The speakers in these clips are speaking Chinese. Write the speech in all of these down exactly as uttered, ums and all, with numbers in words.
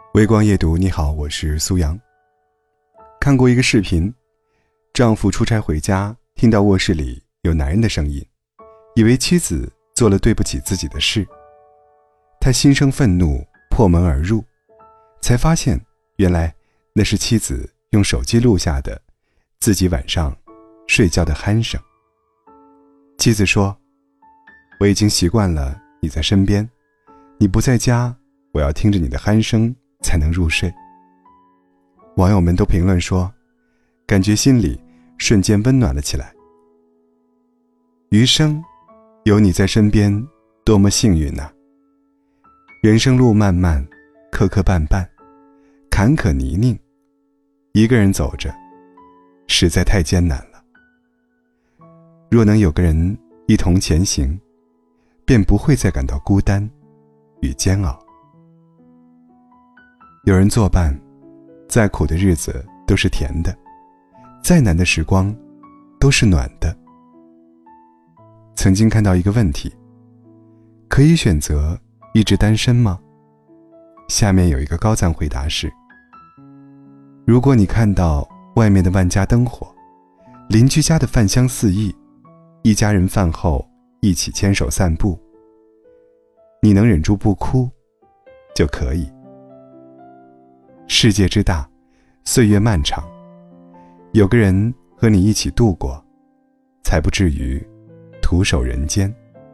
微光夜读，你好，我是苏阳。看过一个视频，丈夫出差回家，听到卧室里有男人的声音，以为妻子做了对不起自己的事。他心生愤怒，破门而入，才发现原来那是妻子用手机录下的自己晚上睡觉的鼾声。妻子说，我已经习惯了你在身边，你不在家，我要听着你的鼾声才能入睡。网友们都评论说，感觉心里瞬间温暖了起来。余生有你在身边，多么幸运啊！人生路漫漫，磕磕绊绊，坎坷泥泞，一个人走着实在太艰难了。若能有个人一同前行，便不会再感到孤单与煎熬。有人作伴，再苦的日子都是甜的，再难的时光都是暖的。曾经看到一个问题，可以选择一直单身吗？下面有一个高赞回答是，如果你看到外面的万家灯火，邻居家的饭香四溢，一家人饭后一起牵手散步，你能忍住不哭就可以。世界之大，岁月漫长，有个人和你一起度过，才不至于徒守人间。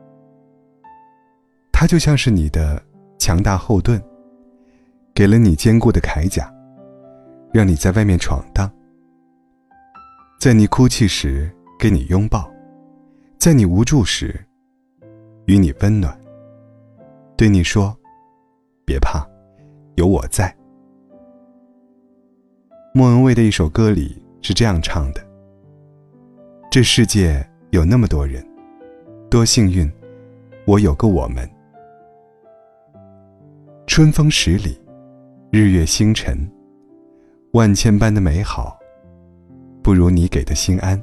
他就像是你的强大后盾，给了你坚固的铠甲，让你在外面闯荡。在你哭泣时给你拥抱，在你无助时与你温暖，对你说，别怕，有我在。莫文蔚的一首歌里是这样唱的，这世界有那么多人，多幸运我有个我们。春风十里，日月星辰，万千般的美好，不如你给的心安。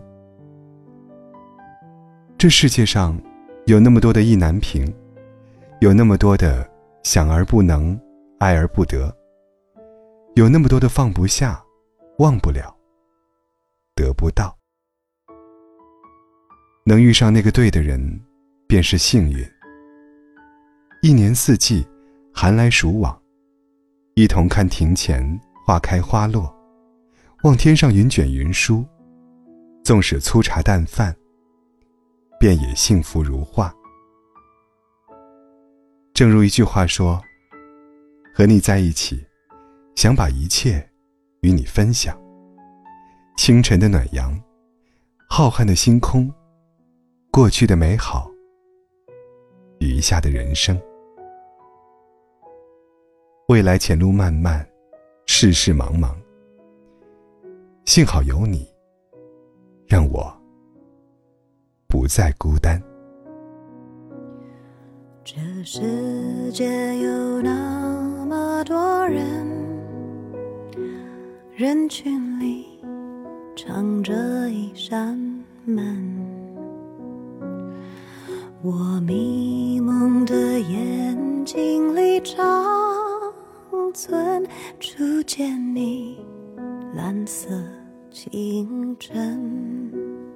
这世界上有那么多的意难平，有那么多的想而不能，爱而不得，有那么多的放不下，忘不了，得不到。能遇上那个对的人便是幸运。一年四季，寒来暑往，一同看庭前花开花落，望天上云卷云舒，纵使粗茶淡饭，便也幸福如画。正如一句话说，和你在一起，想把一切与你分享。清晨的暖阳，浩瀚的星空，过去的美好，余下的人生。未来前路漫漫，世事茫茫，幸好有你，让我不再孤单。 这世界有那么多人，人群里藏着一扇门，我迷蒙的眼睛里长存初见你蓝色清晨。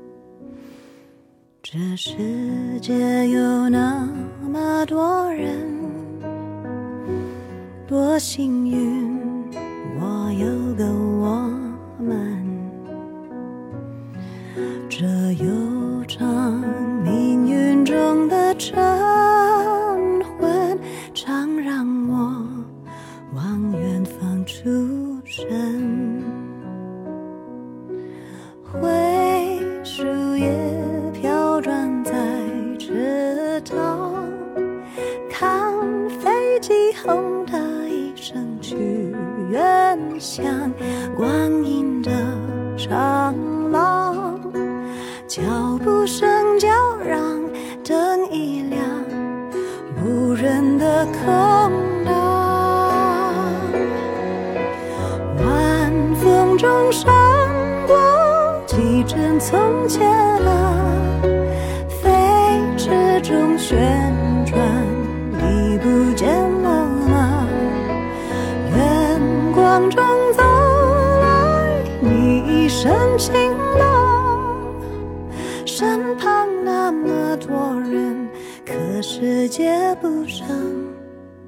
这世界有那么多人，多幸运我有个我们。这悠长命运中的晨昏，常让我往远方出神。灰树叶飘转在池塘，看飞机轰的一声去远乡，光阴的长廊，脚步声叫嚷，灯一亮，无人的空荡。晚风中闪过几帧从前啊，飞驰中旋转，你不见了吗？远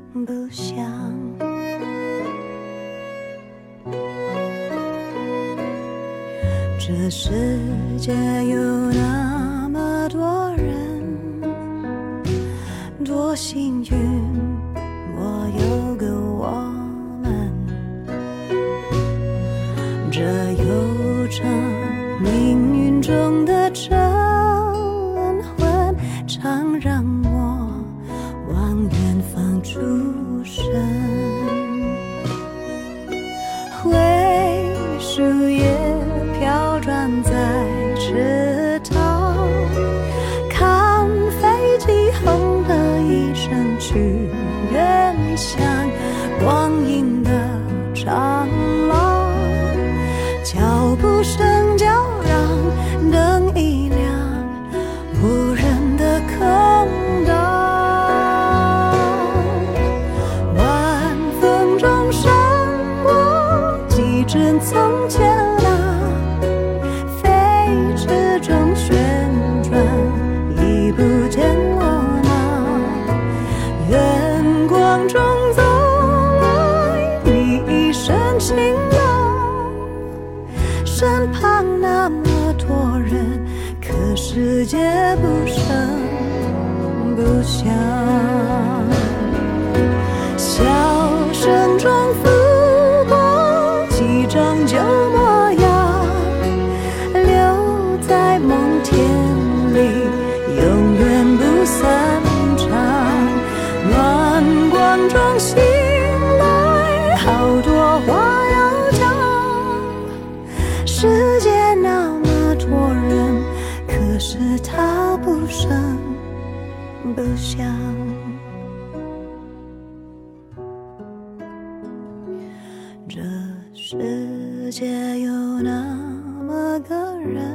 不想。这世界有那么多人，多幸运我有个我们。这悠长命运中的晨昏，常让我往远方出神。灰树叶飘转在池塘，看飞机轰的一声去远乡。光阴的长廊，脚步声叫嚷，灯一亮，无人的空荡。晚风中闪过几帧从前啊，飞驰中旋转，已不见了吗？远光中走来你一身晴朗，身旁那么多人，可世界不声不响。笑声中拂过几张旧模样，留在梦田里，永远不散场。暖光中醒来，好多话要讲。世界那么多人，可是他不声不响。这世界有那么个人，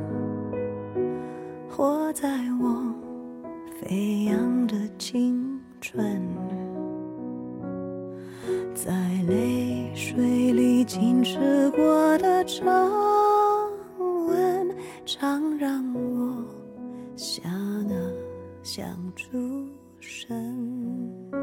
活在我飞扬的青春，在泪水里浸湿过的长吻，常让我想啊想出神。